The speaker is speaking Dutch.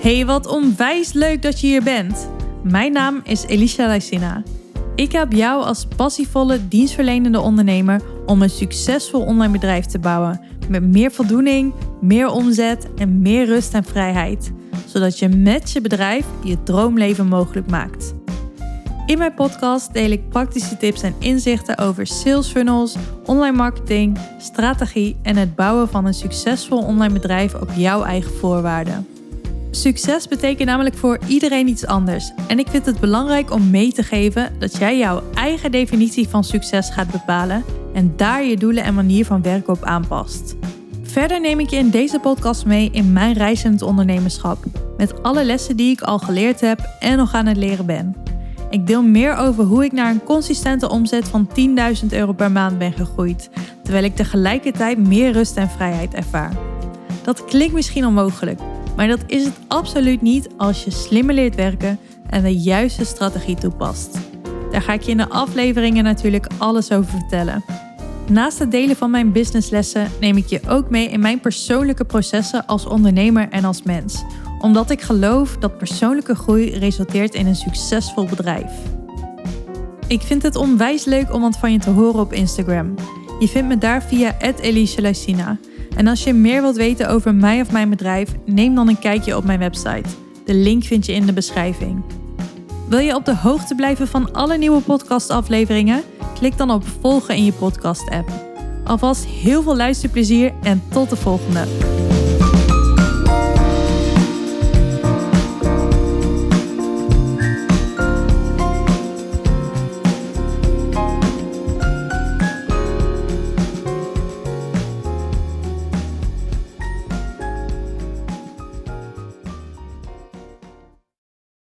Hey, wat onwijs leuk dat je hier bent. Mijn naam is Elisha Lysina. Ik help jou als passievolle, dienstverlenende ondernemer om een succesvol online bedrijf te bouwen. Met meer voldoening, meer omzet en meer rust en vrijheid. Zodat je met je bedrijf je droomleven mogelijk maakt. In mijn podcast deel ik praktische tips en inzichten over sales funnels, online marketing, strategie en het bouwen van een succesvol online bedrijf op jouw eigen voorwaarden. Succes betekent namelijk voor iedereen iets anders. En ik vind het belangrijk om mee te geven dat jij jouw eigen definitie van succes gaat bepalen en daar je doelen en manier van werken op aanpast. Verder neem ik je in deze podcast mee in mijn reis in het ondernemerschap. Met alle lessen die ik al geleerd heb en nog aan het leren ben. Ik deel meer over hoe ik naar een consistente omzet van €10.000 per maand ben gegroeid. Terwijl ik tegelijkertijd meer rust en vrijheid ervaar. Dat klinkt misschien onmogelijk. Maar dat is het absoluut niet als je slimmer leert werken en de juiste strategie toepast. Daar ga ik je in de afleveringen natuurlijk alles over vertellen. Naast het delen van mijn businesslessen neem ik je ook mee in mijn persoonlijke processen als ondernemer en als mens. Omdat ik geloof dat persoonlijke groei resulteert in een succesvol bedrijf. Ik vind het onwijs leuk om wat van je te horen op Instagram. Je vindt me daar via @ElishaLysina. En als je meer wilt weten over mij of mijn bedrijf, neem dan een kijkje op mijn website. De link vind je in de beschrijving. Wil je op de hoogte blijven van alle nieuwe podcastafleveringen? Klik dan op volgen in je podcast-app. Alvast heel veel luisterplezier en tot de volgende.